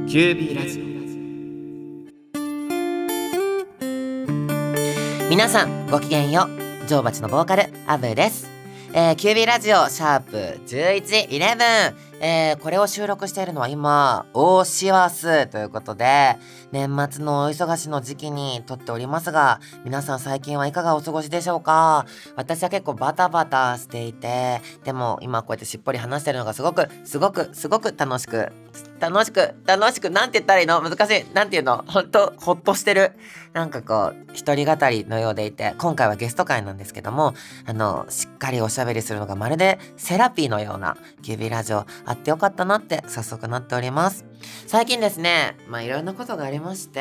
QB ラジオ。皆さんごきげんよう。女王蜂のボーカルアブです。QB ラジオシャープ11、11、これを収録しているのは今大師走ということで、年末のお忙しの時期に撮っておりますが、皆さん最近はいかがお過ごしでしょうか。私は結構バタバタしていて、でも今こうやってしっぽり話してるのがすごく楽しくなんて言ったらいいの、難しい、なんていうの、ほっとしてる。なんかこう一人語りのようでいて、今回はゲスト会なんですけども、しっかりおしゃべりするのがまるでセラピーのような QB ラジオあってよかったなって早速なっております。最近ですね、いろんなことがありまして、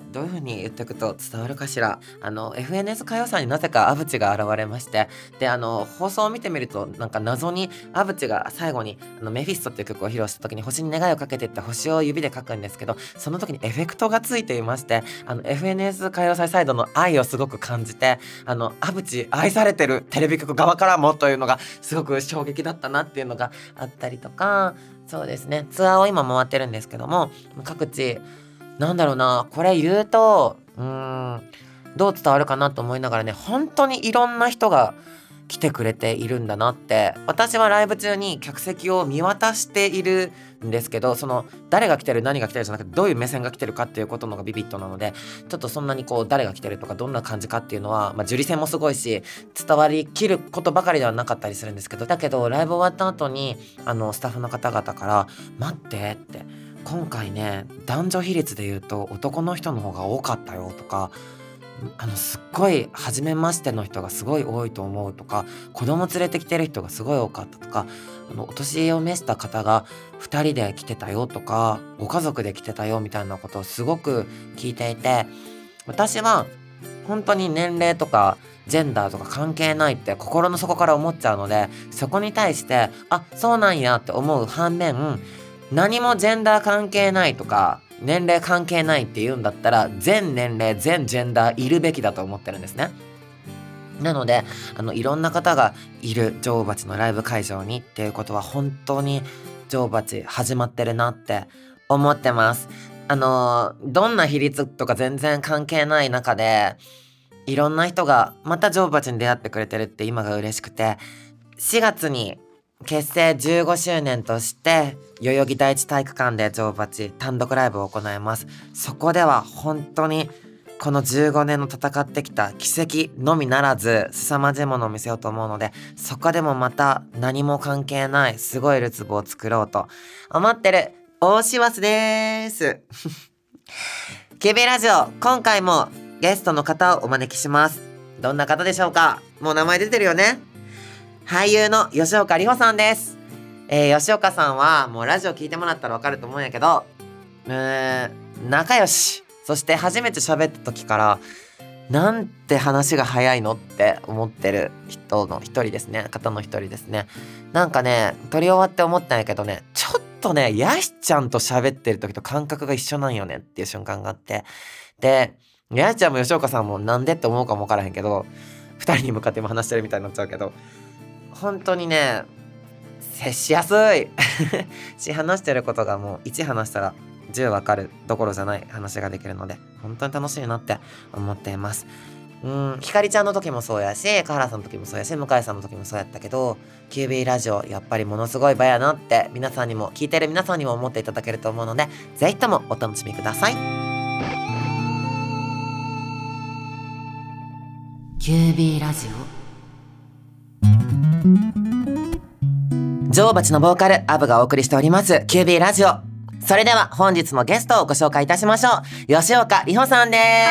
どういう風に言っておくと伝わるかしら。FNS 歌謡祭になぜかアブチが現れまして、で放送を見てみると、なんか謎にアブチが最後にメフィストっていう曲を披露した時に星に願いをかけてって星を指で書くんですけど、その時にエフェクトがついていまして、FNS 歌謡祭サイドの愛をすごく感じて、アブチ愛されてるテレビ局側からもというのがすごく衝撃だったなっていうのがあったりとか、そうですね、ツアーを今回ってるんですけども、各地なんだろうな、これ言うとどう伝わるかなと思いながらね、本当にいろんな人が来てくれているんだなって。私はライブ中に客席を見渡しているんですけど、その誰が来てる何が来てるじゃなくて、どういう目線が来てるかっていうことのがビビッドなので、ちょっとそんなにこう誰が来てるとかどんな感じかっていうのは、受理線もすごいし伝わりきることばかりではなかったりするんですけど、だけどライブ終わった後にスタッフの方々から待ってって、今回ね男女比率で言うと男の人の方が多かったよとか、すっごい初めましての人がすごい多いと思うとか、子供連れてきてる人がすごい多かったとか、お年を召した方が2人で来てたよとか、ご家族で来てたよみたいなことをすごく聞いていて、私は本当に年齢とかジェンダーとか関係ないって心の底から思っちゃうので、そこに対してそうなんやって思う反面、何もジェンダー関係ないとか年齢関係ないって言うんだったら、全年齢全ジェンダーいるべきだと思ってるんですね。なのでいろんな方がいる女王蜂のライブ会場にっていうことは、本当に女王蜂始まってるなって思ってます。どんな比率とか全然関係ない中で、いろんな人がまた女王蜂に出会ってくれてるって今が嬉しくて、4月に結成15周年として代々木第一体育館で女王蜂単独ライブを行います。そこでは本当にこの15年の戦ってきた奇跡のみならず凄まじいものを見せようと思うので、そこでもまた何も関係ないすごいルツボを作ろうと思ってる大師走です。QB ラジオ、今回もゲストの方をお招きします。どんな方でしょうか。もう名前出てるよね。俳優の吉岡里帆さんです。吉岡さんはもうラジオ聞いてもらったらわかると思うんやけど、仲良し、そして初めて喋った時からなんて話が早いのって思ってる人の一人ですね。方の一人ですね。なんかね、撮り終わって思ったんやけどね、ちょっとねヤシちゃんと喋ってる時と感覚が一緒なんよねっていう瞬間があって、でヤシちゃんも吉岡さんもなんでって思うかもわからへんけど、二人に向かって今話してるみたいになっちゃうけど、本当にね接しやすいし、話してることがもう1話したら10わかるどころじゃない話ができるので、本当に楽しいなって思っています。ひかりちゃんの時もそうやし、カハラさんの時もそうやし、向井さんの時もそうやったけど、 QB ラジオやっぱりものすごい場やなって皆さんにも、聞いてる皆さんにも思っていただけると思うので、ぜひともお楽しみください。 QB ラジオ、女王蜂のボーカルアブがお送りしております QB ラジオ。それでは本日のゲストをご紹介いたしましょう。吉岡里帆さんです。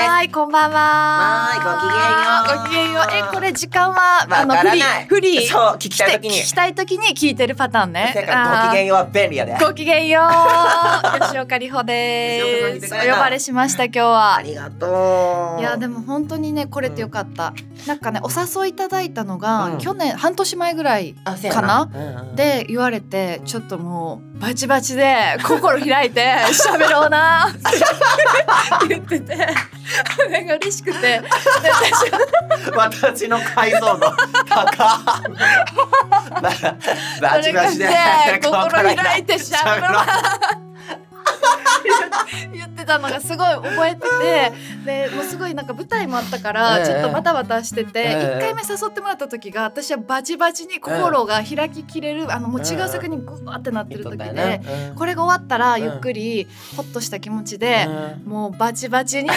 はい、こんばんは。 はい、 ごきげんよう。これ時間はフリー、 そう、聞きたい時に聞きたい時に聞いてるパターンね。 ごきげんようは便利やで。 ごきげんよう。吉岡里帆です。お呼ばれしました今日は。 ありがとう。 いやでも本当にね、来れてよかった。なんかね、お誘いいただいたのが、去年半年前ぐらいかな、で言われて、ちょっともうバチバチで心開いて喋ろうなって言ってて、それが嬉しくて、 私の解像度高バチバチで心開いて喋ろう言ってたのがすごい覚えてて、でもうすごいなんか舞台もあったからちょっとバタバタしてて、1回目誘ってもらった時が私はバチバチに心が開ききれる、もう違う作品にグワーってなってる時で、これが終わったらゆっくりホッとした気持ちで、もうバチバチに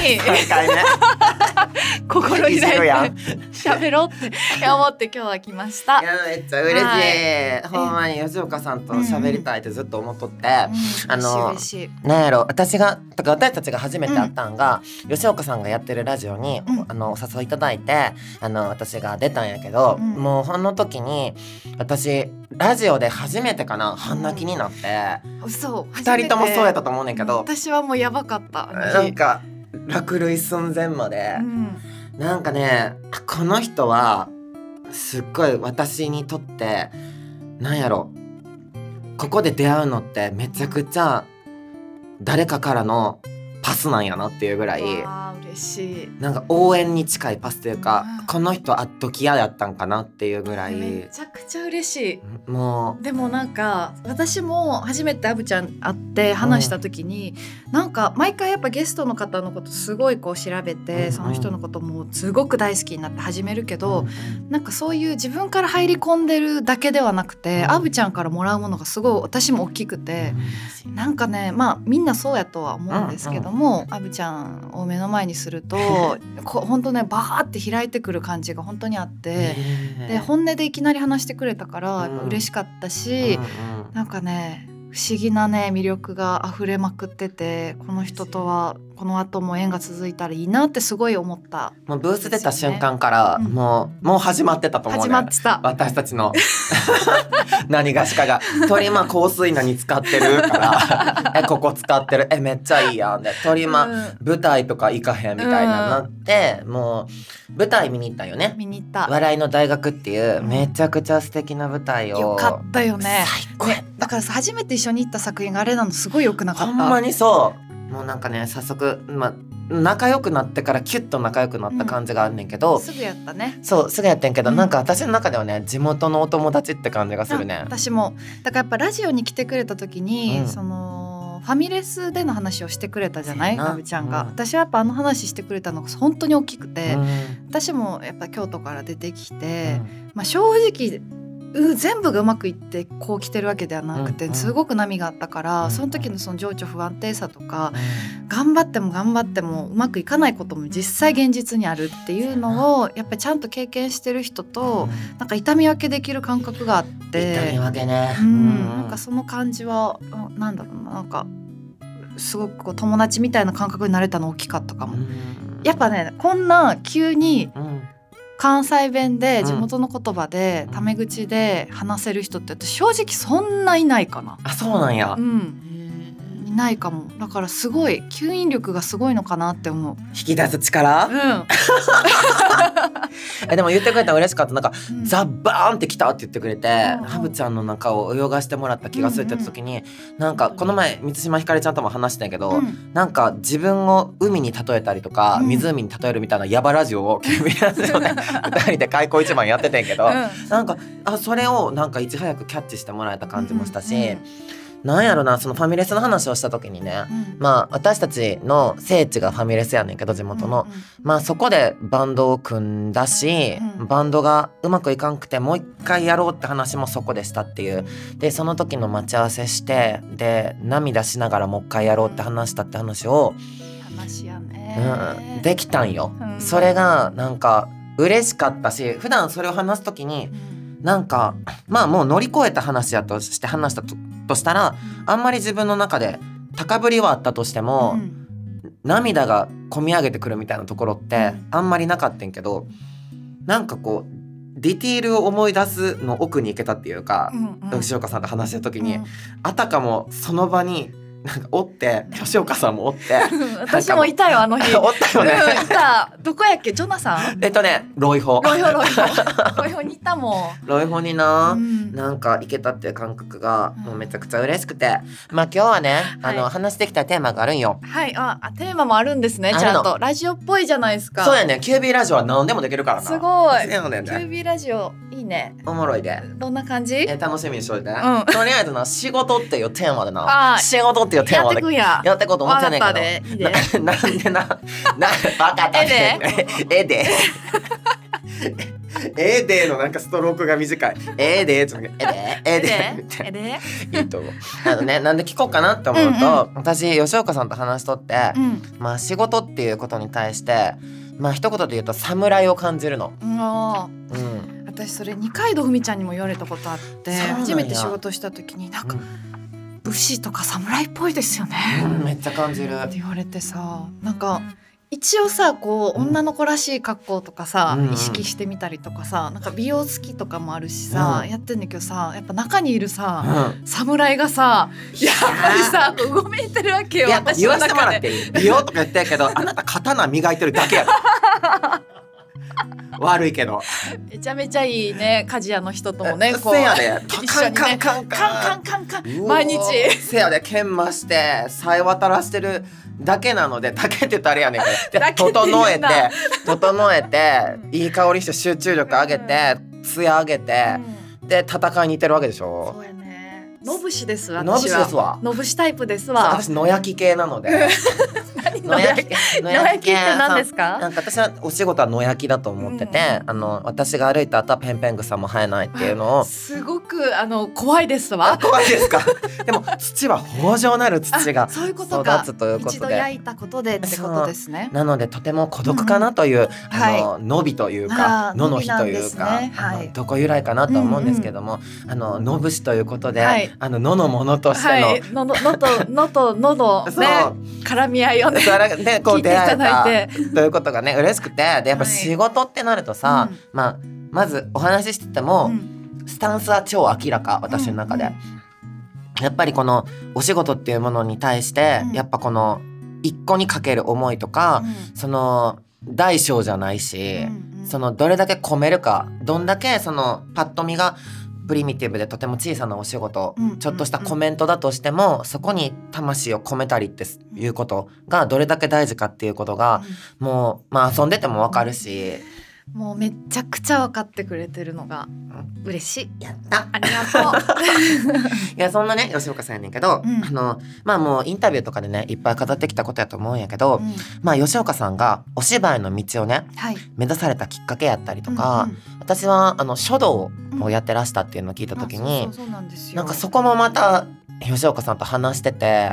心開いて喋ろうって思って今日は来ました。 いやめっちゃ嬉しい、ほんまに吉岡さんと喋りたいってずっと思っとって、なんやろ、私たちが初めて会ったんが、吉岡さんがやってるラジオに、お誘いいただいて私が出たんやけど、もうほんの時に私ラジオで初めてかな半泣きになって、2人ともそうやったと思うねんけど、 私はもうやばかった。 なんか落涙寸前まで、なんかね、この人はすっごい私にとってなんやろ、ここで出会うのってめちゃくちゃ誰かからのパスなんやなっていうぐらい、 嬉しい、 なんか応援に近いパスというか、この人あっときややったんかなっていうぐらいめちゃくちゃ嬉しい。 もうでもなんか私も初めてアブちゃん会って話した時に、なんか毎回やっぱゲストの方のことすごいこう調べて、その人のこともすごく大好きになって始めるけど、なんかそういう自分から入り込んでるだけではなくて、アブちゃんからもらうものがすごい私も大きくて、なんかね、まあみんなそうやとは思うんですけども、アブちゃんを目の前にすると本当ねバーって開いてくる感じが本当にあって、で本音でいきなり話してくれたからやっぱ嬉しかったし、なんかね不思議なね魅力が溢れまくってて、この人とはこの後も縁が続いたらいいなってすごい思った。 もうブース出た瞬間から、もう始まってたと思うね。 始まってた、 私たちの何がしかが鳥間香水何使ってるからここ使ってるめっちゃいいやんで、鳥間、舞台とか行かへんみたいななって、もう舞台見に行ったよね。 見に行った。 笑いの大学っていうめちゃくちゃ素敵な舞台を、 よかったよね。 最高やった。 だからさ、初めて一緒に行った作品があれなのすごい良くなかった。 ほんまにそう。もうなんかね、早速仲良くなってからキュッと仲良くなった感じがあんねんけど、 すぐやったね。 そうすぐやってんけど、なんか私の中ではね地元のお友達って感じがするね。 私もだからやっぱラジオに来てくれた時に、そのファミレスでの話をしてくれたじゃない、アブちゃんが、私はやっぱあの話してくれたのが本当に大きくて、私もやっぱ京都から出てきて、正直全部がうまくいってこう来てるわけではなくて、すごく波があったから、その時のその情緒不安定さとか、頑張ってもうまくいかないことも実際現実にあるっていうのをやっぱりちゃんと経験してる人と、なんか痛み分けできる感覚があって、 痛み分けね、 なんかその感じはなんだろうな、なんかすごくこう友達みたいな感覚になれたの大きかったかも。やっぱね、こんな急に関西弁で地元の言葉でタメ口で話せる人って正直そんないないかな。 あ、そうなんや。 いないかも。だからすごい吸引力がすごいのかなって思う。 引き出す力？でも言ってくれたら嬉しかった。なんか、ザッバーンってきたって言ってくれて、ハブちゃんの中を泳がしてもらった気がするって言った時に、なんかこの前満島ひかりちゃんとも話したんやけど、なんか自分を海に例えたりとか、湖に例えるみたいなヤバラジオをKBSラジオで2人で開口一番やってたんやけど、なんかそれをなんかいち早くキャッチしてもらえた感じもしたし、なんやろな、そのファミレスの話をした時にね、まあ私たちの聖地がファミレスやねんけど、地元の、まあそこでバンドを組んだし、バンドがうまくいかんくてもう一回やろうって話もそこでしたっていう。でその時の待ち合わせして、で涙しながらもう一回やろうって話したって話をできたんよ。それがなんか嬉しかったし、普段それを話す時になんかまあもう乗り越えた話やとして話したとしたら、あんまり自分の中で高ぶりはあったとしても、涙がこみ上げてくるみたいなところってあんまりなかったんけど、なんかこうディティールを思い出すの奥に行けたっていうか、吉岡さんと話した時に、あたかもその場になんかおって、吉岡さんもおって私もいたよあの日。 おったよね。 いた。どこやっけ、ジョナサン？ ロイホにいたもん。 ロイホにな、なんか行けたっていう感覚がもうめちゃくちゃ嬉しくて、まあ今日はね、話してきたテーマがあるんよ。 はい、テーマもあるんですね。ちゃんとラジオっぽいじゃないですか。 そうやね。QB ラジオは何でもできるからな。 すごい。 QB ラジオいいね。 おもろいで。 どんな感じ？ 楽しみにしといて。とりあえずな、仕事っていうテーマでな、仕事っと予定はやっていこうと思ってんねんけど、なんでなバカだねえでえでのなんかストロークが短い。えでいいと思う。 なんで聞こうかなって思うと、私吉岡さんと話しとって、まあ仕事っていうことに対してまあ一言で言うと侍を感じるの。 私それ二階堂ふみちゃんにも言われたことあって、初めて仕事した時になんか、武士とか侍っぽいですよね、 めっちゃ感じるって言われてさ、なんか一応さこう女の子らしい格好とかさ、意識してみたりとかさ、なんか美容好きとかもあるしさ、やってんだけどさ、やっぱ中にいるさ、侍がさやっぱりさうごめいてるわけよ。 私の中で言わせてもらっていい？美容とか言ってるけどあなた刀磨いてるだけやから悪いけどめちゃめちゃいいね鍛冶屋の人ともねこうせやで一緒にねカン毎日せやで研磨してさえ渡らしてるだけなので、だけって言ったらあれやねんけど整えていい香りして集中力上げて艶上げて、で戦いに行ってるわけでしょ。 そうやね。野節ですわ。 野節ですわ。 野節タイプですわ。 私野焼き系なので野焼きって何ですか？ なんか私はお仕事は野焼きだと思ってて、私が歩いた後はペンペン草も生えないっていうのをすごく怖いですわ。 怖いですか？でも土は豊穣なる土がそういうこと育つということで、 一度焼いたことでってことですね。 なのでとても孤独かなという、野火というか野の火というか、どこ由来かなと思うんですけども、野節ということで、野のものとしての野と野のね絡み合いをねでこう出会えたということがね嬉しくて、でやっぱ仕事ってなるとさ、まずお話ししてても、スタンスは超明らか、私の中で、やっぱりこのお仕事っていうものに対して、やっぱこの一個にかける思いとか、その大小じゃないし、そのどれだけ込めるか、どんだけそのパッと見がプリミティブでとても小さなお仕事、ちょっとしたコメントだとしても、そこに魂を込めたりっていうことがどれだけ大事かっていうことが、もう遊んでても分かるし、 もうめちゃくちゃ分かってくれてるのが嬉しい。 やった、 ありがとういやそんなね吉岡さんやねんけど、もうインタビューとかでねいっぱい語ってきたことやと思うんやけど、吉岡さんがお芝居の道をね、目指されたきっかけやったりとか、私は書道をやってらしたっていうのを聞いた時に、なんかそこもまた吉岡さんと話してて、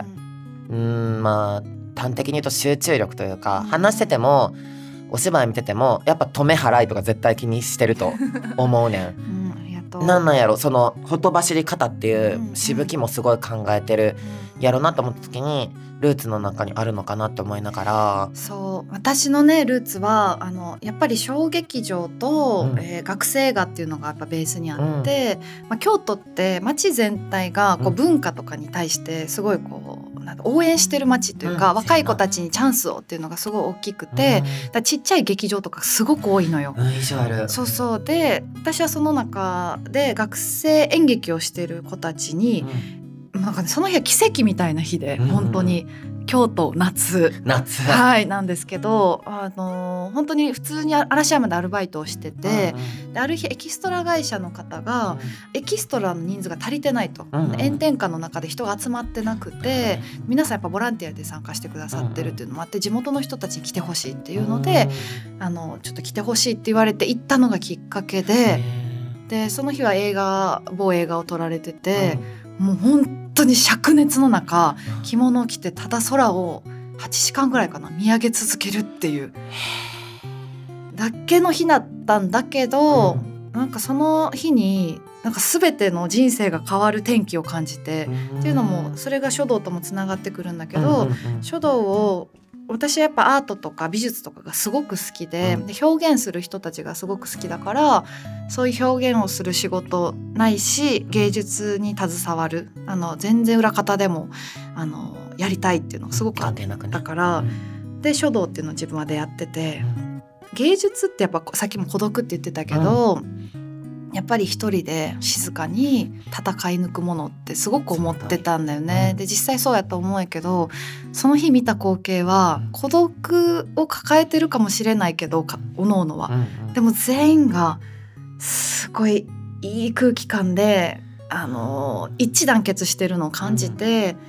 端的に言うと集中力というか、話しててもお芝居見ててもやっぱ止め払いとか絶対気にしてると思うねん。なんやろ、そのほとばしり方っていうしぶきもすごい考えてるやろなと思った時に、ルーツの中にあるのかなって思いながら、 そう私のねルーツはやっぱり小劇場と、学生映画っていうのがやっぱベースにあって、京都って街全体がこう文化とかに対してすごいこう応援してる街というか、若い子たちにチャンスをっていうのがすごい大きくて、だちっちゃい劇場とかすごく多いのよ。そうそうで私はその中で学生演劇をしてる子たちに、なんかね、その日は奇跡みたいな日で、本当に京都夏なんですけど、本当に普通に嵐山でアルバイトをしてて、である日エキストラ会社の方が、エキストラの人数が足りてないと、炎天下の中で人が集まってなくて、皆さんやっぱボランティアで参加してくださってるっていうのもあって、地元の人たちに来てほしいっていうので、ちょっと来てほしいって言われて行ったのがきっかけで、その日は某映画を撮られてて、もう本当に灼熱の中着物を着てただ空を8時間ぐらいかな見上げ続けるっていうだけの日だったんだけど、なんかその日になんか全ての人生が変わる転機を感じて、っていうのもそれが書道ともつながってくるんだけど、書道を私はやっぱアートとか美術とかがすごく好きで、表現する人たちがすごく好きだから、そういう表現をする仕事ないし芸術に携わる全然裏方でもやりたいっていうのがすごくあったから、で書道っていうのを自分は出会ってて、芸術ってやっぱさっきも孤独って言ってたけど、やっぱり一人で静かに戦い抜くものってすごく思ってたんだよね。で実際そうやと思うんやけど、その日見た光景は孤独を抱えてるかもしれないけどおのおのは、でも全員がすごいいい空気感で一致団結してるのを感じて、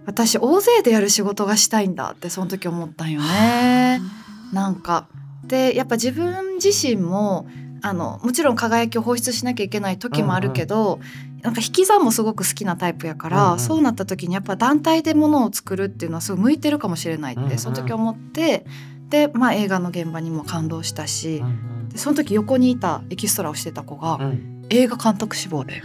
私大勢でやる仕事がしたいんだってその時思ったんよね。なんかでやっぱ自分自身ももちろん輝きを放出しなきゃいけない時もあるけど、なんか引き算もすごく好きなタイプやから、そうなった時にやっぱ団体でものを作るっていうのはすごい向いてるかもしれないってその時思って、で、映画の現場にも感動したし、でその時横にいたエキストラをしてた子が、映画監督志望で、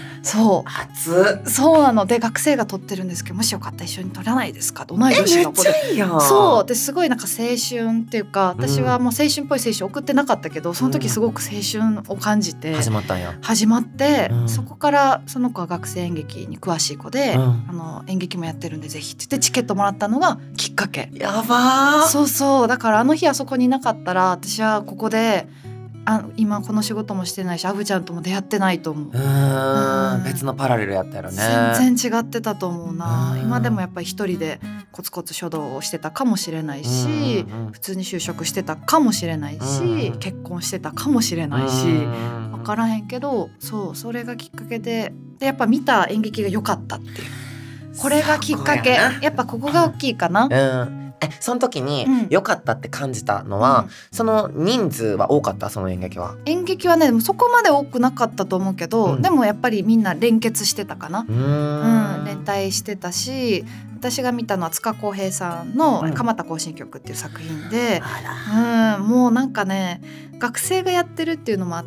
そうなので学生が撮ってるんですけど、もしよかったら一緒に撮らないですかと同い年の子で、そうですごいなんか青春っていうか、私はもう青春っぽい青春送ってなかったけど、その時すごく青春を感じて始まって、そこからその子は学生演劇に詳しい子で、演劇もやってるんでぜひって言ってチケットもらったのがきっかけ。 やばー。 そうだからあの日あそこにいなかったら私はここで今この仕事もしてないし、アブちゃんとも出会ってないと思う。 別のパラレルやったよね。 全然違ってたと思うな。今でもやっぱり一人でコツコツ書道をしてたかもしれないし、普通に就職してたかもしれないし、結婚してたかもしれないし、分からへんけど、それがきっかけでやっぱ見た演劇が良かったっていう、これがきっかけ。やっぱここが大きいかな。 その時に良かったって感じたのは、その人数は多かった？その演劇はねそこまで多くなかったと思うけど、でもやっぱりみんな連結してたかな。連帯してたし、私が見たのは塚公平さんの蒲田行進曲っていう作品で、もうなんかね学生がやってるっていうのもあって、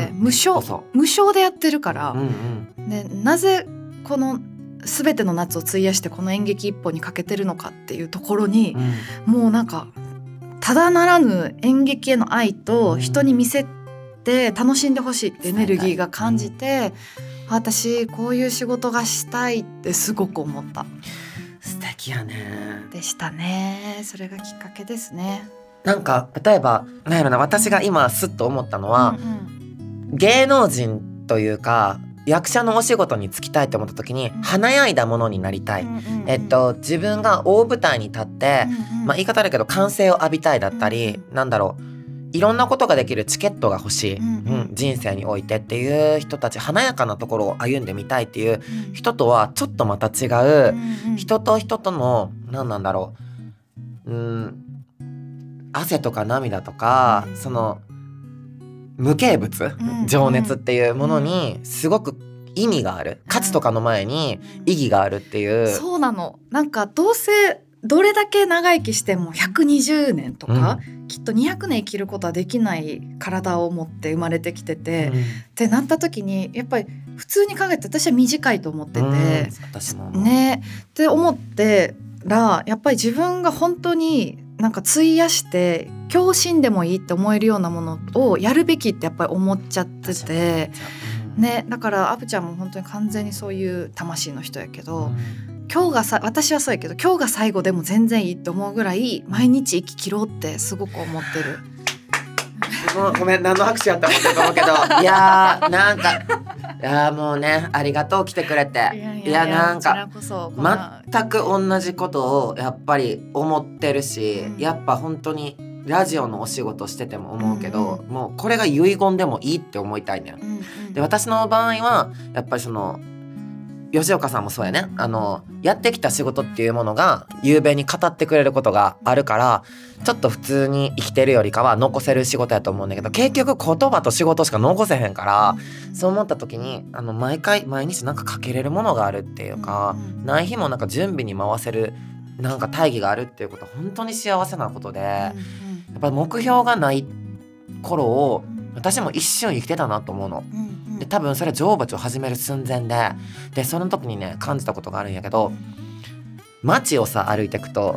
無償でやってるから、でなぜこの全ての夏を費やしてこの演劇一本にかけてるのかっていうところに、もうなんかただならぬ演劇への愛と人に見せて楽しんでほしいってエネルギーが感じて、私こういう仕事がしたいってすごく思った。 素敵やね。 でしたね。それがきっかけですね。 なんか例えばなんやろな、私が今スッと思ったのは、芸能人というか役者のお仕事に就きたいと思った時に華やいだものになりたい、自分が大舞台に立って、言い方だけど歓声を浴びたいだったり、なんだろう、いろんなことができるチケットが欲しい、人生においてっていう人たち、華やかなところを歩んでみたいっていう人とはちょっとまた違う、人と人とのなんだろう、汗とか涙とか、その無形物、情熱っていうものにすごく意味がある、価値とかの前に意義があるっていう、 そうなの。なんかどうせどれだけ長生きしても120年とか、きっと200年生きることはできない体を持って生まれてきてて、ってなった時にやっぱり普通に考えて私は短いと思ってて、 私もねって思ってら、やっぱり自分が本当になんか費やして今日死んでもいいって思えるようなものをやるべきってやっぱり思っちゃってて、だからアブちゃんも本当に完全にそういう魂の人やけど、今日が私はそうやけど今日が最後でも全然いいって思うぐらい毎日生き切ろうってすごく思ってる。 ごめん、何の拍手やったのかと思うけどいやーなんかいやもうね、ありがとう来てくれて。いやなんか全く同じことをやっぱり思ってるし、やっぱ本当にラジオのお仕事してても思うけど、もうこれが遺言でもいいって思いたいね、で私の場合はやっぱりその吉岡さんもそうやね、やってきた仕事っていうものが雄弁に語ってくれることがあるから、ちょっと普通に生きてるよりかは残せる仕事やと思うんだけど、結局言葉と仕事しか残せへんから、そう思った時に毎日なんかかけれるものがあるっていうか、ない日もなんか準備に回せるなんか大義があるっていうことは本当に幸せなことで、やっぱり目標がない頃を私も一瞬生きてたなと思うの。で多分それ女王蜂を始める寸前でその時にね感じたことがあるんやけど、街をさ歩いていくと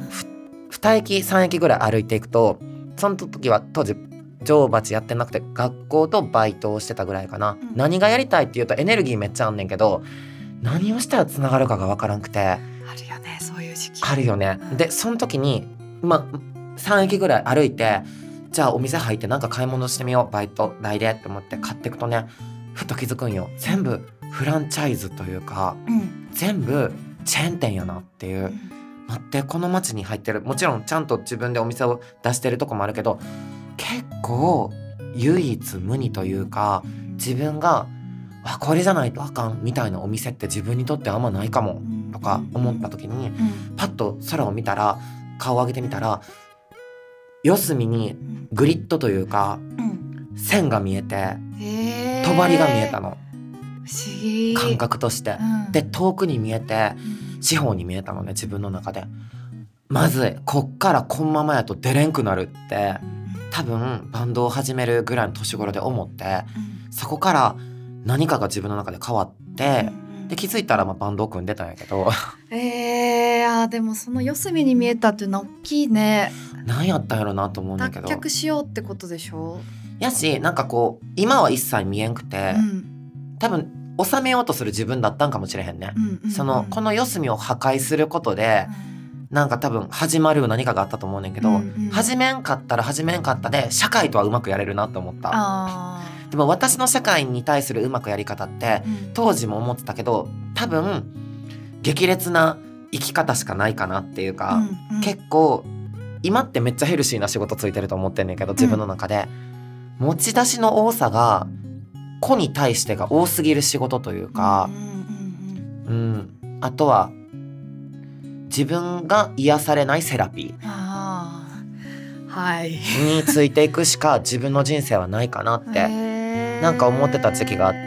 2駅3駅ぐらい歩いていくと、その時は当時女王蜂やってなくて学校とバイトをしてたぐらいかな、何がやりたいっていうとエネルギーめっちゃあんねんけど、何をしたらつながるかが分からんくて。あるよね、そういう時期あるよね。でその時に3駅ぐらい歩いて、じゃあお店入ってなんか買い物してみよう、バイト代でって思って買っていくとね、ふと気づくんよ。全部フランチャイズというか、全部チェーン店やなっていう、待ってこの街に入ってる、もちろんちゃんと自分でお店を出してるとこもあるけど、結構唯一無二というか、自分がこれじゃないとあかんみたいなお店って自分にとってあんまないかもとか思った時に、パッと空を見たら、顔を上げてみたら、四隅にグリッドというか、線が見えて、帳が見えたの。 不思議。 感覚として、で遠くに見えて、四方に見えたのね、自分の中で。まずい、こっからこんままやと出れんくなるって、多分バンドを始めるぐらいの年頃で思って、そこから何かが自分の中で変わって、で気づいたらバンドを組んでたんやけどでもその四隅に見えたっていうのは大きいね。 何やったんやろなと思うんだけど、 脱却しようってことでしょ。 やし、なんかこう今は一切見えんくて、多分収めようとする自分だったんかもしれへんね、この四隅を破壊することで、なんか多分始まる何かがあったと思うねんけど、始めんかったら始めんかったで社会とはうまくやれるなと思った。でも私の社会に対するうまくやり方って、当時も思ってたけど、多分激烈な生き方しかないかなっていうか、結構今ってめっちゃヘルシーな仕事ついてると思ってんねんけど、自分の中で、持ち出しの多さが子に対してが多すぎる仕事というか、あとは自分が癒されないセラピーについていくしか自分の人生はないかなってなんか思ってた時期があって、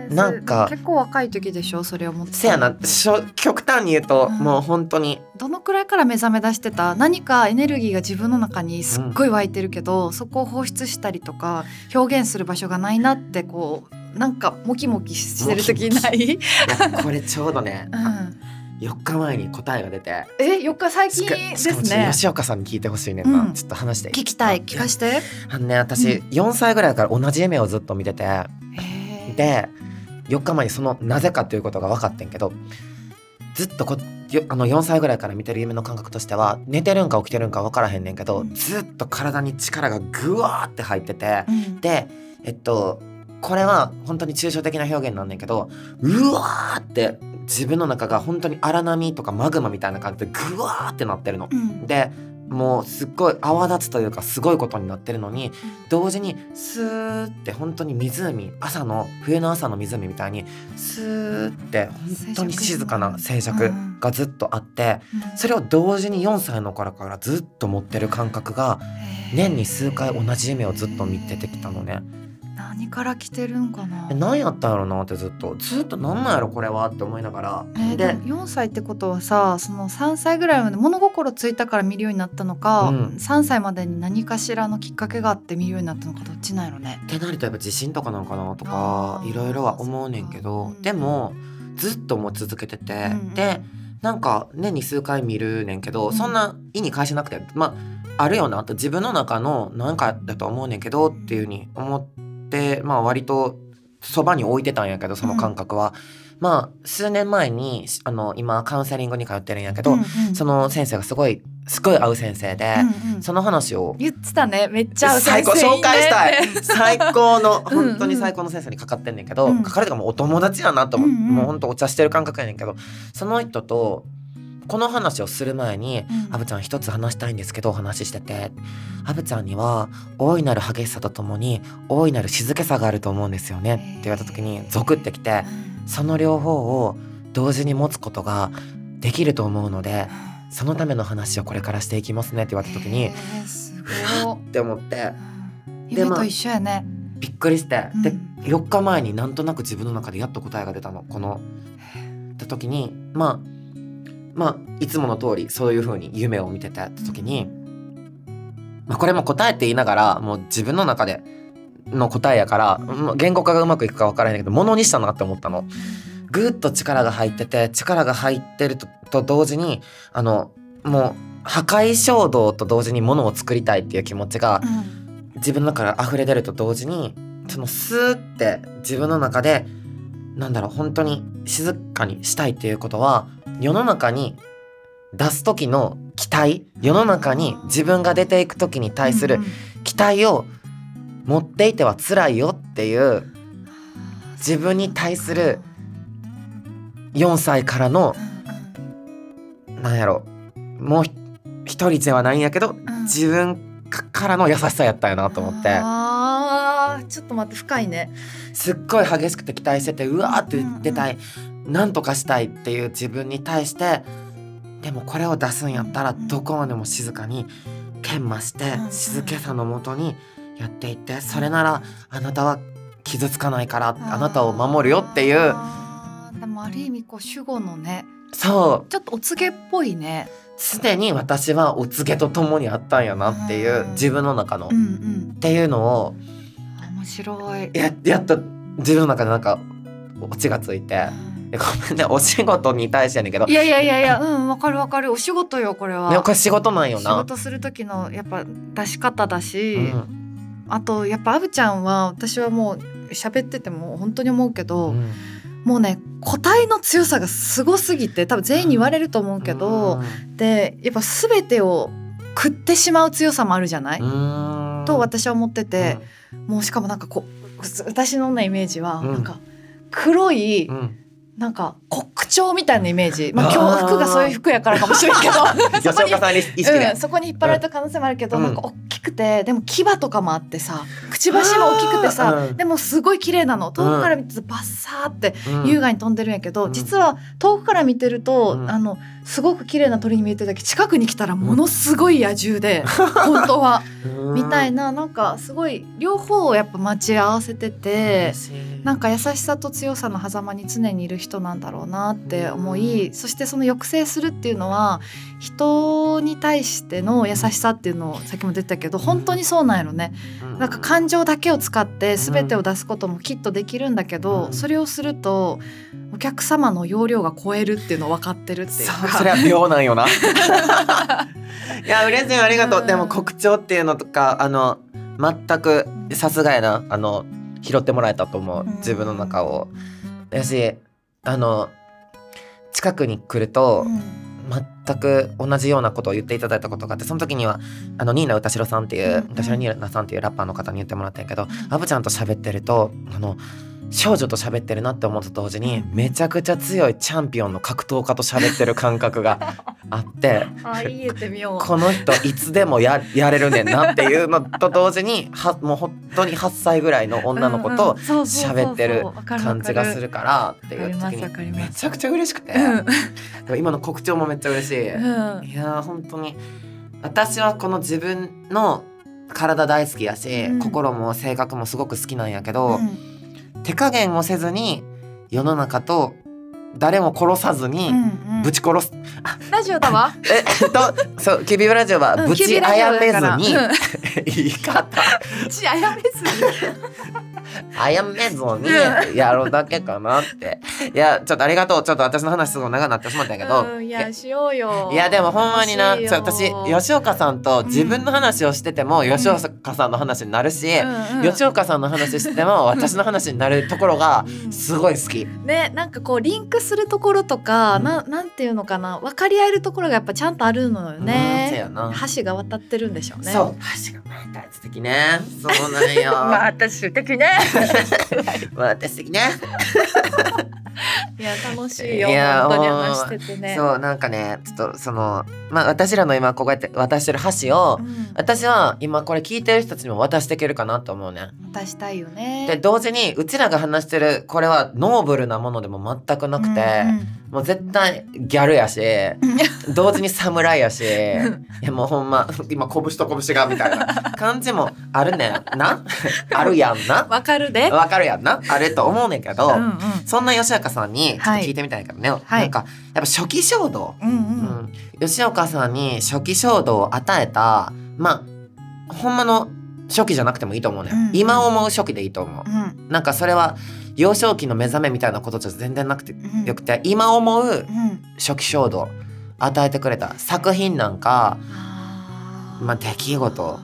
なんか結構若い時でしょそれを思ってた。 せやな、極端に言うと、もう本当にどのくらいから目覚め出してた？何かエネルギーが自分の中にすっごい湧いてるけど、そこを放出したりとか表現する場所がないなって、こうなんかモキモキしてる時ない？いやこれちょうどね、4日前に答えが出て。 4日最近ですね。 吉岡さんに聞いてほしいねんな、ちょっと話して聞きたい、聞かして。 私、4歳ぐらいから同じ夢をずっと見てて、で4日前にそのなぜかということが分かってんけど、ずっと4歳ぐらいから見てる夢の感覚としては、寝てるんか起きてるんか分からへんねんけど、ずっと体に力がグワーって入ってて、でこれは本当に抽象的な表現なんだけど、うわーって自分の中が本当に荒波とかマグマみたいな感じでグワーってなってるの、でもうすっごい泡立つというかすごいことになってるのに、同時にスーって本当に冬の朝の湖みたいにスーって本当に静かな静寂がずっとあって、それを同時に4歳の頃からずっと持ってる感覚が、年に数回同じ夢をずっと見ててきたのね。 何から来てるんかな。 何やったんやろなってずっと何なんやろこれはって思いながら、 で4歳ってことはさ、その3歳ぐらいまで物心ついたから見るようになったのか、3歳までに何かしらのきっかけがあって見るようになったのか、どっちなんやろね。 ってなるとやっぱ自信とかなんかなとかいろいろは思うねんけど、でもずっとも続けてて、でなんか年に数回見るねんけど、そんな意に介しなくて、あるよなと自分の中のなんかだと思うねんけどっていう風に思って、割とそばに置いてたんやけど、その感覚は、数年前に今カウンセリングに通ってるんやけど、その先生がすごい合う先生で、その話を言ってたね。めっちゃ合う先生紹介したい最高の本当に最高の先生にかかってんねんけど、かかるとかもうお友達やなと思う、もう本当お茶してる感覚やねんけど、その人とこの話をする前に、アブちゃん一つ話したいんですけどお話ししてて、アブちゃんには大いなる激しさとともに大いなる静けさがあると思うんですよねって言われた時にゾクってきて、その両方を同時に持つことができると思うので、そのための話をこれからしていきますねって言われた時に、うわって思って、 夢と一緒やね。 びっくりして、で4日前になんとなく自分の中でやっと答えが出たの。このって時にいつもの通りそういう風に夢を見てた時に、これも答えって言いながらもう自分の中での答えやから、言語化がうまくいくか分からないけど、ものにしたなって思ったの。ぐーっと力が入ってて、力が入ってると同時にもう破壊衝動と同時にものを作りたいっていう気持ちが自分の中から溢れ出ると同時に、そのスーって自分の中で本当に静かにしたいっていうことは、世の中に出す時の期待、世の中に自分が出ていく時に対する期待を持っていては辛いよっていう自分に対する4歳からのもう一人ではないんやけど、自分からの優しさやったよなと思って。 ちょっと待って深いね。 すっごい激しくて期待しててうわーって言ってたい、なんとかしたいっていう自分に対して、でもこれを出すんやったらどこまでも静かに研磨して静けさのもとにやっていって、それならあなたは傷つかないからあなたを守るよっていう。 でもある意味こう主語のね、 そうちょっとお告げっぽいね。 常に私はお告げとともにあったんやなっていう自分の中の、っていうのを面白い。 やっと自分の中でなんかオチがついて、ごめんねお仕事に対してやねんけど、 いやわかるわかる、お仕事よこれは。 これ仕事なんよな。 仕事する時のやっぱ出し方だし、あとやっぱアブちゃんは、私はもう喋ってても本当に思うけど、もうね個体の強さがすごすぎて、多分全員に言われると思うけど、でやっぱ全てを食ってしまう強さもあるじゃないと私は思ってて、もうしかもなんかこう私のねイメージはなんか黒い、なんか国鳥みたいなイメージ、今日服がそういう服やからかもしれんけど吉岡さんに意識で、 そこに引っ張られた可能性もあるけど、なんか大きくて、でも牙とかもあってさ、くちばしも大きくてさ、でもすごい綺麗なの。遠くから見てバッサーって優雅に飛んでるんやけど、実は遠くから見てると、すごく綺麗な鳥に見えてるだけ、近くに来たらものすごい野獣で、本当はみたいな、なんかすごい両方をやっぱ待ち合わせてて、なんか優しさと強さの狭間に常にいる人なんだろうなって思い、そしてその抑制するっていうのは人に対しての優しさっていうのをさっきも出てたけど、本当にそうなんやろね。なんか感情だけを使って全てを出すこともきっとできるんだけど、それをするとお客様の容量が超えるっていうのを分かってるっていうか、 それは秒なんよないや嬉しい、ありがとう。でも国鳥っていうのとか全くさすがやな、拾ってもらえたと思う、自分の中を。やし近くに来ると、全く同じようなことを言っていただいたことがあって、その時にはニーナ歌代さんっていう、私のニーナさんっていうラッパーの方に言ってもらったんやけど、アブちゃんと喋ってると少女と喋ってるなって思った同時に、めちゃくちゃ強いチャンピオンの格闘家と喋ってる感覚があって言えてみよう、 この人いつでもやれるねんなっていうのと同時にもう本当に8歳ぐらいの女の子と喋ってる感じがするからっていう時にめちゃくちゃ嬉しくて、今の告知もめっちゃ嬉しい、いや本当に私はこの自分の体大好きやし、心も性格もすごく好きなんやけど、手加減をせずに世の中と誰も殺さずにぶち殺す、 ラジオだわそう、キュビブラジオはぶちあやめずに、言い方ぶちあやめずにあやめずにやろうだけかなって。いやちょっとありがとう。ちょっと私の話すごい長くなってしまったんやけど、 いやしようよ。 いやでもほんまにな、私吉岡さんと自分の話をしてても、吉岡さんの話になるし、吉岡さんの話しても私の話になるところがすごい好き、 ね。なんかこうリンクするところとか、なんていうのかな、分かり合えるところがやっぱちゃんとあるのよね。橋が渡ってるんでしょうね。 そう、橋が大素敵ね。そうなんよ私素敵ね私素敵ねいや楽しいよ、本当に話しててね。 そう、なんかね、ちょっと私らの今こうやって渡してる箸を、私は今これ聞いてる人たちにも渡していけるかなと思うね。 渡したいよね。 で同時にうちらが話してるこれはノーブルなものでも全くなくて、もう絶対ギャルやし同時に侍やしいやもうほんま今拳と拳がみたいな感じもあるねんなあるやんな、 わかるで、 わかるやんな、あると思うねんけど、そんな吉岡さんにちょっと聞いてみたいからね、なんかやっぱ初期衝動、吉岡さんに初期衝動を与えた、ほんまの初期じゃなくてもいいと思うね、今思う初期でいいと思う、なんかそれは幼少期の目覚めみたいなことじゃ全然なくてよくて、今思う初期衝動与えてくれた作品なんか、出来事。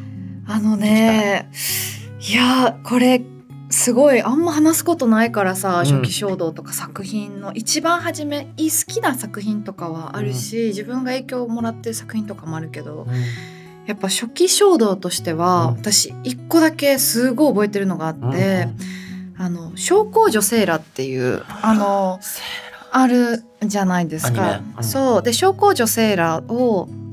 いやこれすごいあんま話すことないからさ、初期衝動とか作品の一番初め好きな作品とかはあるし、自分が影響をもらってる作品とかもあるけど、やっぱ初期衝動としては、私一個だけすごい覚えてるのがあって、小公女セーラっていうあるじゃないですか。そうで小公女セーラを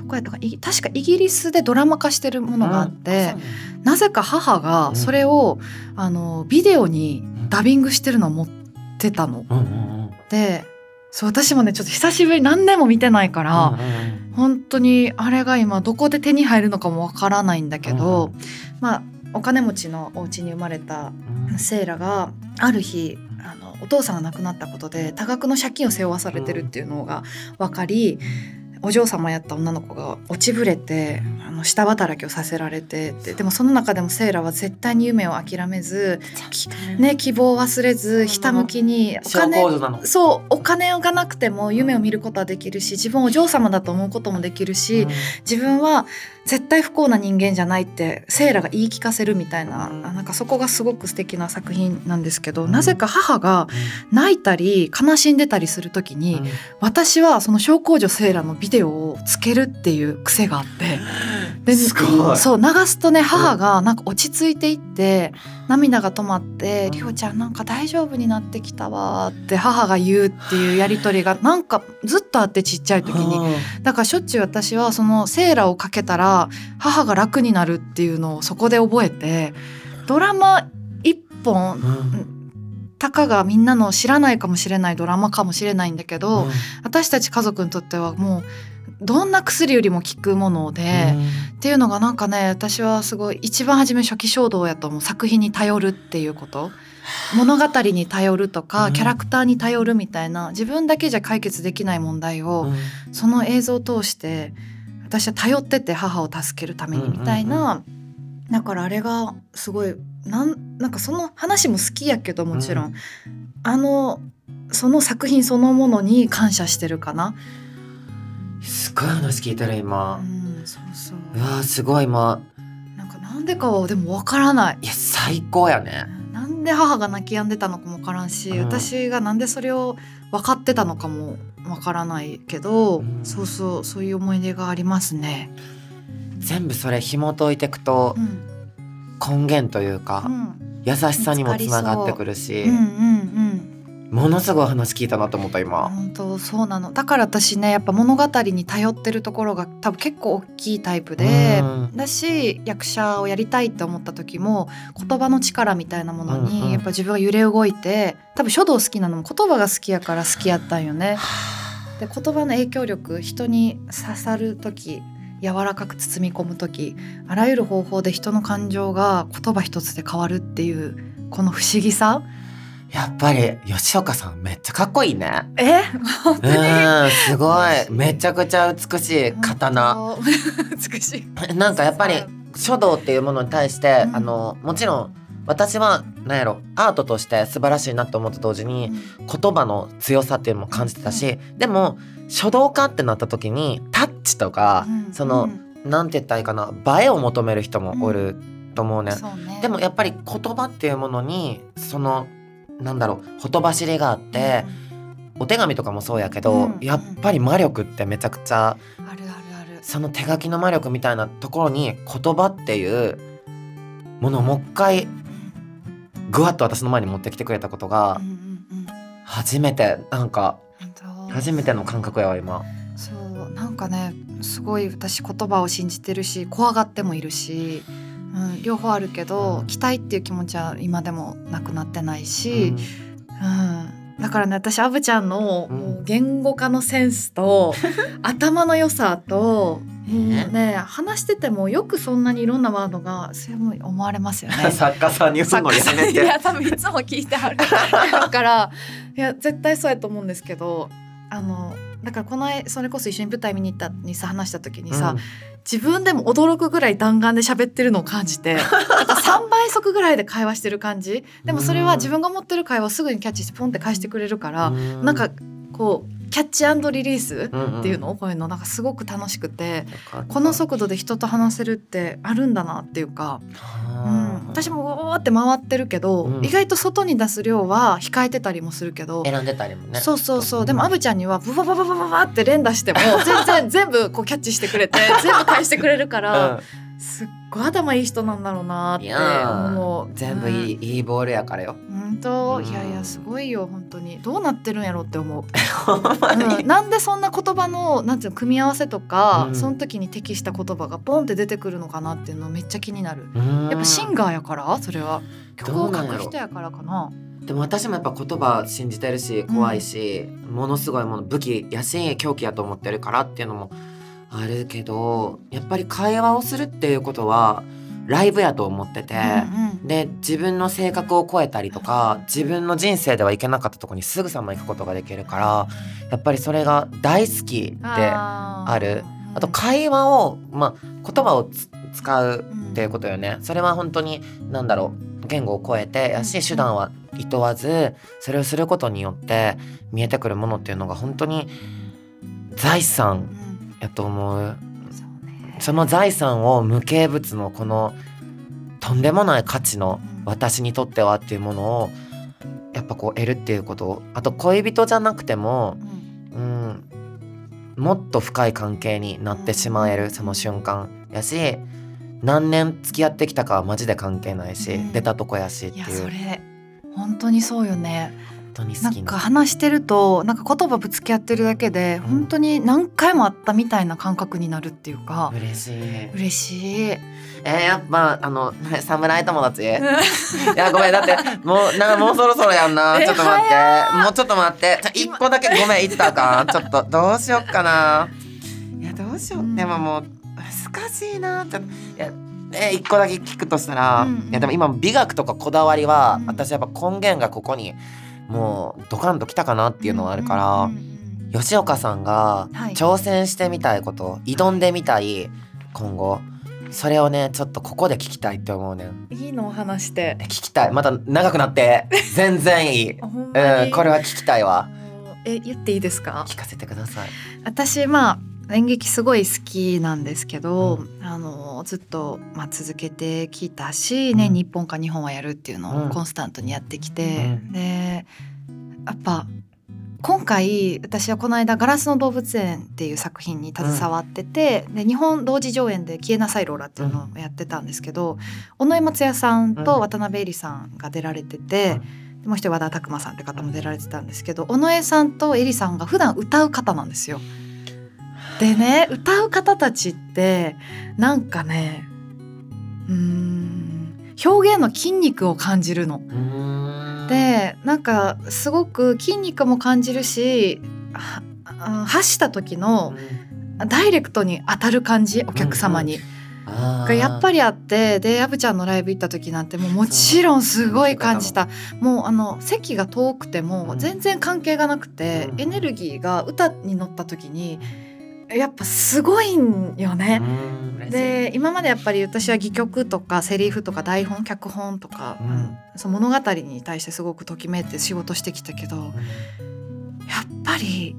こやったか確かイギリスでドラマ化してるものがあって、なぜか母がそれを、ビデオにダビングしてるのを持ってたの、でそう私もねちょっと久しぶり何年も見てないから、本当にあれが今どこで手に入るのかもわからないんだけど、まあお金持ちのお家に生まれたセイラがある日お父さんが亡くなったことで多額の借金を背負わされてるっていうのが分かり、お嬢様やった女の子が落ちぶれて下働きをさせられてって、でもその中でもセイラは絶対に夢を諦めず、希望を忘れずひたむきにお金がなくても夢を見ることはできるし、自分をお嬢様だと思うこともできるし、自分は絶対不幸な人間じゃないってセイラが言い聞かせるみたいな、なんかそこがすごく素敵な作品なんですけど、なぜか母が泣いたり悲しんでたりする時に、私はその小公女セイラのビデオをつけるっていう癖があって、ですごいそう流すとね、母がなんか落ち着いていって涙が止まって「りほちゃんなんか大丈夫になってきたわ」って母が言うっていうやり取りがなんかずっとあって、ちっちゃい時に。だからしょっちゅう私はそのセイラをかけたら母が楽になるっていうのをそこで覚えて、ドラマ一本、たかがみんなの知らないかもしれないドラマかもしれないんだけど、私たち家族にとってはもうどんな薬よりも効くもので、っていうのがなんかね、私はすごい一番初め初期衝動やと思う。作品に頼るっていうこと、物語に頼るとか、キャラクターに頼るみたいな、自分だけじゃ解決できない問題を、その映像を通して私は頼ってて、母を助けるためにみたいな、だからあれがすごいなんかその話も好きやけど、もちろん、その作品そのものに感謝してるかな。 すごい話聞いたら今、 そうそう、 うわすごい今なんでかはでも分からない。 いや最高やね。 なんで母が泣き止んでたのかも分からんし、私がなんでそれを分かってたのかも分からないけど、そういう思い出がありますね。 全部それ紐解いていくと、根源というか、優しさにもつながってくるし、ものすごい話聞いたなと思った今。 本当そうなの。だから私ね、やっぱ物語に頼ってるところが多分結構大きいタイプで、だし役者をやりたいって思った時も言葉の力みたいなものにやっぱ自分が揺れ動いて、多分書道好きなのも言葉が好きやから好きやったんよね。で言葉の影響力、人に刺さる時、柔らかく包み込む時、あらゆる方法で人の感情が言葉一つで変わるっていうこの不思議さ、 やっぱり吉岡さんめっちゃかっこいいね。 本当にすごいめちゃくちゃ美しい刀。 美しい。 なんかやっぱり書道っていうものに対して、もちろん私は何やろ、アートとして素晴らしいなと思った同時に、言葉の強さっていうのも感じてたし、でも書道家ってなった時にタッチとか、そのなんて言ったらいいかな、映えを求める人もおると思うね。でもやっぱり言葉っていうものにそのなんだろう、ほとばしりがあって、お手紙とかもそうやけど、やっぱり魔力ってめちゃくちゃある。 その手書きの魔力みたいなところに言葉っていうものをもう一回ぐわっと私の前に持ってきてくれたことが、初めてなんか初めての感覚やわ今。 そうなんかね、すごい私言葉を信じてるし、怖がってもいるし、両方あるけど、期待っていう気持ちは今でもなくなってないし、だからね、私アブちゃんのもう言語化のセンスと頭の良さと、ね、話しててもよくそんなにいろんなワードがそういうふうに思われますよね。 作家さんに言うのやめて。 いや多分いつも聞いてあるだからいや絶対そうやと思うんですけど、だからそれこそ一緒に舞台見に行ったにさ話した時にさ、自分でも驚くぐらい弾丸で喋ってるのを感じて、なんか3倍速ぐらいで会話してる感じ。でもそれは自分が持ってる会話をすぐにキャッチしてポンって返してくれるから、なんかこうキャッチ&リリースっていうの、こういうのなんかすごく楽しくて、この速度で人と話せるってあるんだなっていうか、私もウォーって回ってるけど、意外と外に出す量は控えてたりもするけど、 選んでたりもね。 そうでもアブちゃんにはブババババババって連打しても全部こうキャッチしてくれて全部返してくれるから、すっごい頭いい人なんだろうなって思う。 全部いいボールやからよ。 本当、いやすごいよ本当に。どうなってるんやろって思う。なんでそんな言葉のなんていうの組み合わせとか、その時に適した言葉がポンって出てくるのかなっていうのめっちゃ気になる。やっぱシンガーやから、それは曲を書く人やからかな。 でも私もやっぱ言葉信じてるし怖いし、ものすごいもの武器やし狂気やと思ってるからっていうのもあるけど、やっぱり会話をするっていうことはライブやと思ってて、で自分の性格を超えたりとか自分の人生では行けなかったところにすぐさま行くことができるから、やっぱりそれが大好きである。あと会話を、言葉を使うっていうことよね。それは本当に言語を超えてやし、手段はいとわずそれをすることによって見えてくるものっていうのが本当に財産やと思う。その財産を無形物のこのとんでもない価値の私にとってはっていうものをやっぱこう得るっていうこと、あと恋人じゃなくても、もっと深い関係になってしまえるその瞬間やし、何年付き合ってきたかはマジで関係ないし、出たとこやしっていう。 いやそれ本当にそうよね。 本当に好きなんか話してると言葉ぶつけ合ってるだけで、本当に何回もあったみたいな感覚になるっていうか、嬉しい。 やっぱ侍友達いやごめん、だってもうそろそろやんな。ちょっと待って、もうちょっと待って、一個だけごめん言ったかちょっとどうしよっかな。いやどうしよう、でももう難しいな。一個だけ聞くとしたら、いやでも今美学とかこだわりは、私やっぱ根源がここにもうドカンときたかなっていうのはあるから、吉岡さんが挑戦してみたいこと、挑んでみたい今後、それをねちょっとここで聞きたいって思うねん。 いいのを話して聞きたい。また長くなって全然いいこれは聞きたいわ。 言っていいですか？ 聞かせてください。 私演劇すごい好きなんですけど、ずっと続けてきたし、ね、日本か日本はやるっていうのをコンスタントにやってきて、でやっぱ今回私はこの間ガラスの動物園っていう作品に携わってて、で日本同時上演で消えなさいローラっていうのをやってたんですけど、尾上松也さんと渡辺恵里さんが出られてて、もう一人和田拓馬さんって方も出られてたんですけど、尾上さんと恵里さんが普段歌う方なんですよ。でね、歌う方たちってなんかね、表現の筋肉を感じるの。でなんかすごく筋肉も感じるし、発した時のダイレクトに当たる感じ、お客様に、がやっぱりあって、でアブちゃんのライブ行った時なんてもちろんすごい感じた。もう席が遠くても全然関係がなくて、エネルギーが歌に乗った時にやっぱすごいんよね。で今までやっぱり私は戯曲とかセリフとか台本脚本とか、その物語に対してすごくときめいて仕事してきたけど、やっぱり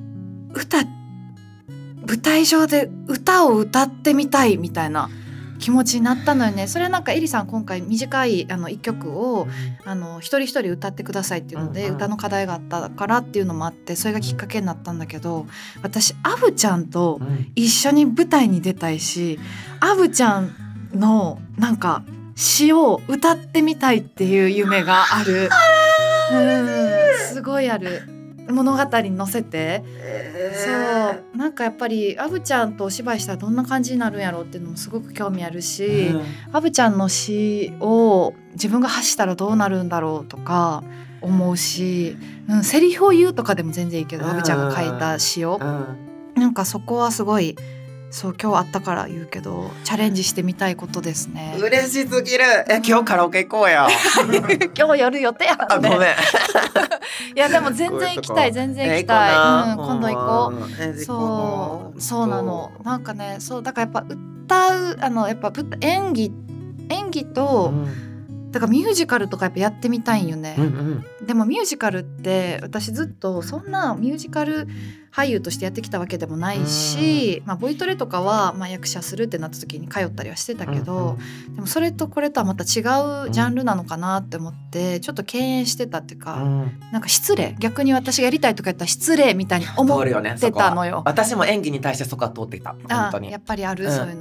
舞台上で歌を歌ってみたいみたいな気持ちになったのよね。それはなんかエリさん今回短い一曲を一人一人歌ってくださいっていうので、歌の課題があったからっていうのもあって、それがきっかけになったんだけど、私アブちゃんと一緒に舞台に出たいし、アブちゃんのなんか詩を歌ってみたいっていう夢がある。すごいある。物語に乗せて、そうなんかやっぱりアブちゃんとお芝居したらどんな感じになるんやろうっていうのもすごく興味あるし、アブちゃんの詩を自分が発したらどうなるんだろうとか思うし、セリフを言うとかでも全然いいけど、アブちゃんが書いた詩を、なんかそこはすごい、そう今日あったから言うけどチャレンジしてみたいことですね。 嬉しすぎる。今日カラオケ行こうや今日夜予定やんね。ごめんいやでも全然行きたい、全然行きたい、今度行こう。そうなの。なんかね、そうだからやっぱ歌うやっぱ演技と、だからミュージカルとかやっぱやってみたいんよね。でもミュージカルって私ずっとそんなミュージカル俳優としてやってきたわけでもないし、ボイトレとかは役者するってなった時に通ったりはしてたけど、でもそれとこれとはまた違うジャンルなのかなって思ってちょっと敬遠してたっていうか、なんか失礼、逆に私がやりたいとかやったら失礼みたいに思ってたのよ。 私も演技に対してそこは通ってきた。本当にやっぱりある、そういうの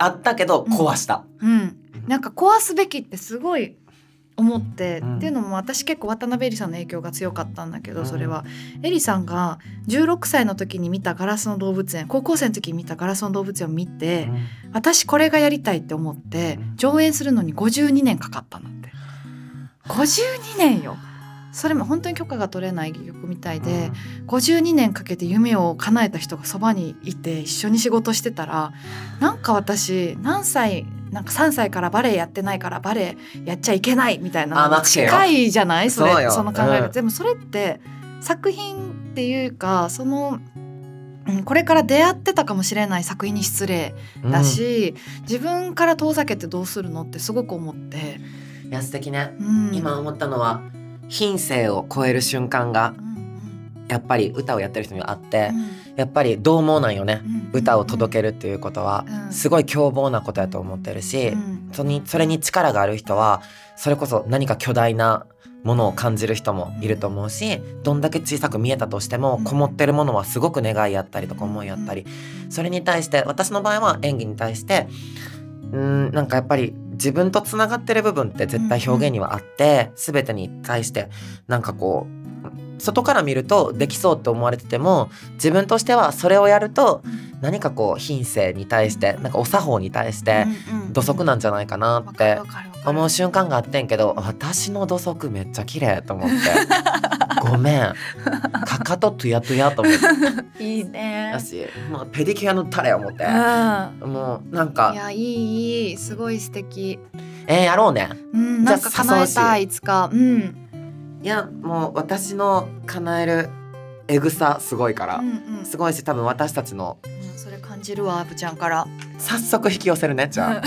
あったけど壊した、 なんか壊すべきってすごい思って、っていうのも私結構渡辺えりさんの影響が強かったんだけど、それはえりさんが16歳の時に見たガラスの動物園、高校生の時に見たガラスの動物園を見て、私これがやりたいって思って上演するのに52年かかったんだって。52年よ。それも本当に許可が取れない曲みたいで、52年かけて夢を叶えた人がそばにいて一緒に仕事してたら、なんか私なんか3歳からバレエやってないからバレエやっちゃいけないみたいなのに近いじゃない？その考えが、でもそれって作品っていうか、これから出会ってたかもしれない作品に失礼だし、自分から遠ざけてどうするのってすごく思って。 いや素敵ね、今思ったのは品性を超える瞬間がやっぱり歌をやってる人にはあって、やっぱり獰猛なんよね、歌を届けるっていうことはすごい凶暴なことやと思ってるし、それに力がある人はそれこそ何か巨大なものを感じる人もいると思うし、どんだけ小さく見えたとしてもこもってるものはすごく願いやったりとか思いやったり、それに対して私の場合は演技に対してなんかやっぱり自分とつながってる部分って絶対表現にはあって、全てに対してなんかこう外から見るとできそうって思われてても、自分としてはそれをやると何かこう品性に対してなんかお作法に対して土足なんじゃないかなって思う瞬間があってんけど、私の土足めっちゃ綺麗と思ってごめんかかとトゥヤトゥヤと思っていいね。 だし、ペディキュアのタレを思って、もうなんかいやいいすごい素敵。 やろうね、 なんか叶えたい、いつか。 いやもう私の叶えるエグさすごいから、すごいし、多分私たちの、 それ感じるわ、アブちゃんから。 早速引き寄せるね、じゃ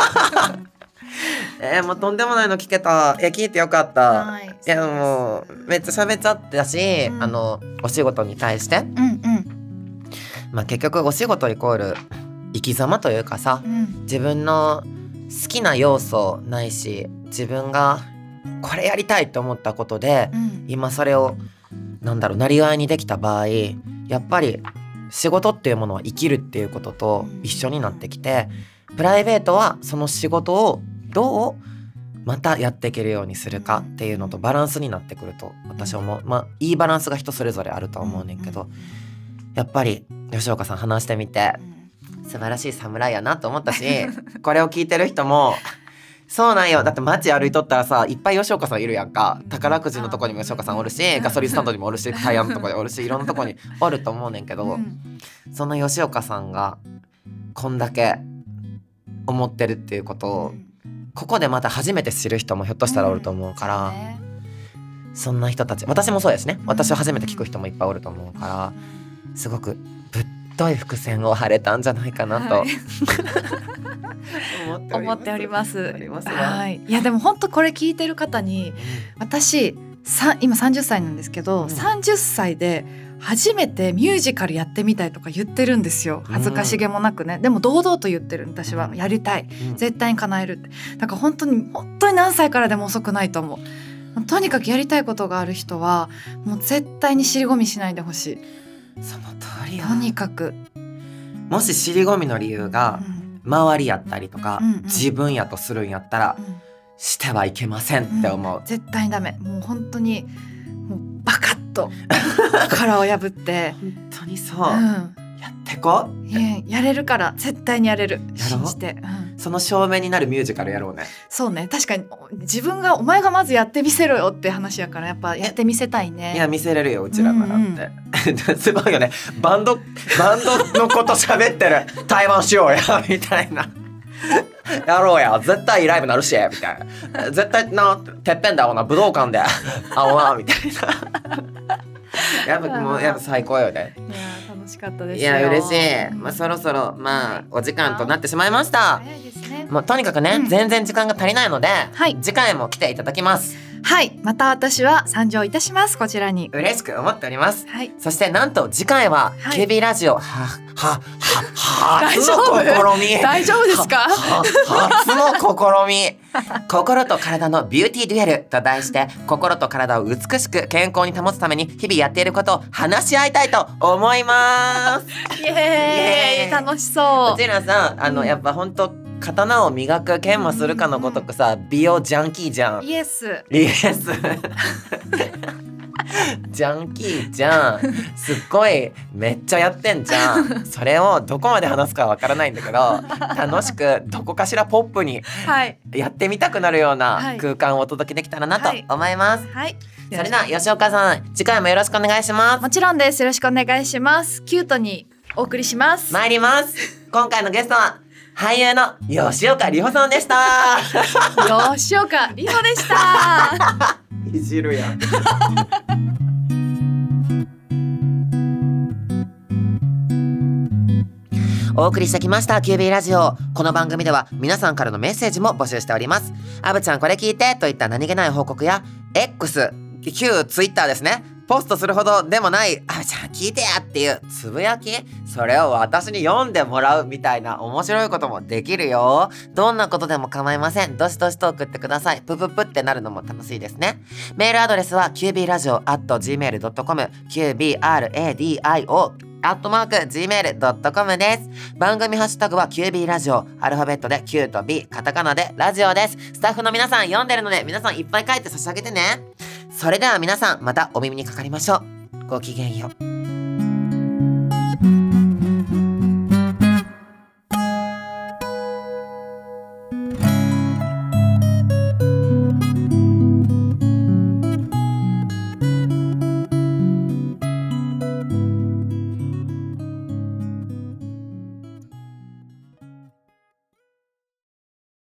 あもうとんでもないの聞けた。聞いてよかった。いやもうめっちゃ喋っちゃったし、お仕事に対して、結局お仕事イコール生き様というかさ、自分の好きな要素ないし、自分がこれやりたいと思ったことで、今それをなりわいにできた場合、やっぱり仕事っていうものは生きるっていうことと一緒になってきて、プライベートはその仕事をどうまたやっていけるようにするかっていうのとバランスになってくると私は思う。いいバランスが人それぞれあるとは思うねんけど、やっぱり吉岡さん話してみて素晴らしい侍やなと思ったしこれを聞いてる人もそうなんよ。だって街歩いとったらさ、いっぱい吉岡さんいるやんか。宝くじのとこにも吉岡さんおるし、ガソリンスタンドにもおるし、タイヤのとこにおるし、いろんなとこにおると思うねんけど、その吉岡さんがこんだけ思ってるっていうことを、ここでまた初めて知る人もひょっとしたらおると思うから、そんな人たち、私もそうですね。私を初めて聞く人もいっぱいおると思うから、すごくぶっとい伏線を張れたんじゃないかなと、 思っております。いやでも本当これ聞いてる方に、私今30歳なんですけど、30歳で初めてミュージカルやってみたいとか言ってるんですよ。恥ずかしげもなくね。でも堂々と言ってる。私はやりたい、絶対に叶えるって。だから本当に何歳からでも遅くないと思う。とにかくやりたいことがある人はもう絶対に尻込みしないでほしい。 その通りや。 とにかくもし尻込みの理由が周りやったりとか、自分やとするんやったら、してはいけませんって思う。 絶対ダメ。もう本当にもうバカッと殻を破って本当にそう、やってこやれるから、絶対にやれる。信じて、 その証明になるミュージカルやろうね。 そうね、確かに自分がお前がまずやってみせろよって話やから、やっぱやってみせたいね。 いや見せれるよ、うちらならって、すごいよね。バンドのこと喋ってる対バンしようやみたいなやろうや、絶対いいライブなるしみたいな、絶対なてっぺんだおな武道館であおなみたいなやっぱもうやっぱ最高よね。 いや楽しかったですよ。 いや嬉しい。そろそろお時間となってしまいました。もうとにかくね、全然時間が足りないので、次回も来ていただきます。 はい、また私は参上いたします。こちらに嬉しく思っております。 はい、 そしてなんと次回は、 はい、 キュービーラジオ初の試み。 大丈夫ですか？ 初の試み。心と体のビューティーデュエルと題して、心と体を美しく健康に保つために日々やっていることを話し合いたいと思います。 イエーイ、楽しそう。 うちらさ、やっぱ本当刀を磨く研磨するかのごとくさ、美容ジャンキーじゃん。 イエスジャンキーじゃん。すっごいめっちゃやってんじゃん。それをどこまで話すかわからないんだけど、楽しくどこかしらポップにやってみたくなるような空間をお届けできたらなと思います。 はい、 それでは吉岡さん、次回もよろしくお願いします。 もちろんです。よろしくお願いします。キュートにお送りします。 参ります。今回のゲストは俳優の吉岡里帆さんでした。 吉岡里帆でした。 いじるやん。お送りしてきましたキュービーラジオ。この番組では皆さんからのメッセージも募集しております。あぶちゃんこれ聞いてといった何気ない報告や X、旧 Twitter ですね、ポストするほどでもないあぶちゃん聞いてやっていうつぶやき、それを私に読んでもらうみたいな面白いこともできるよ。どんなことでも構いません。どしどしと送ってください。プププってなるのも楽しいですね。メールアドレスは qbradio@gmail.com、qbradio@gmail.com です。番組ハッシュタグは QB ラジオ、アルファベットで Q と B、カタカナでラジオです。スタッフの皆さん読んでるので、皆さんいっぱい書いて差し上げてね。それでは皆さんまたお耳にかかりましょう。ごきげんよう。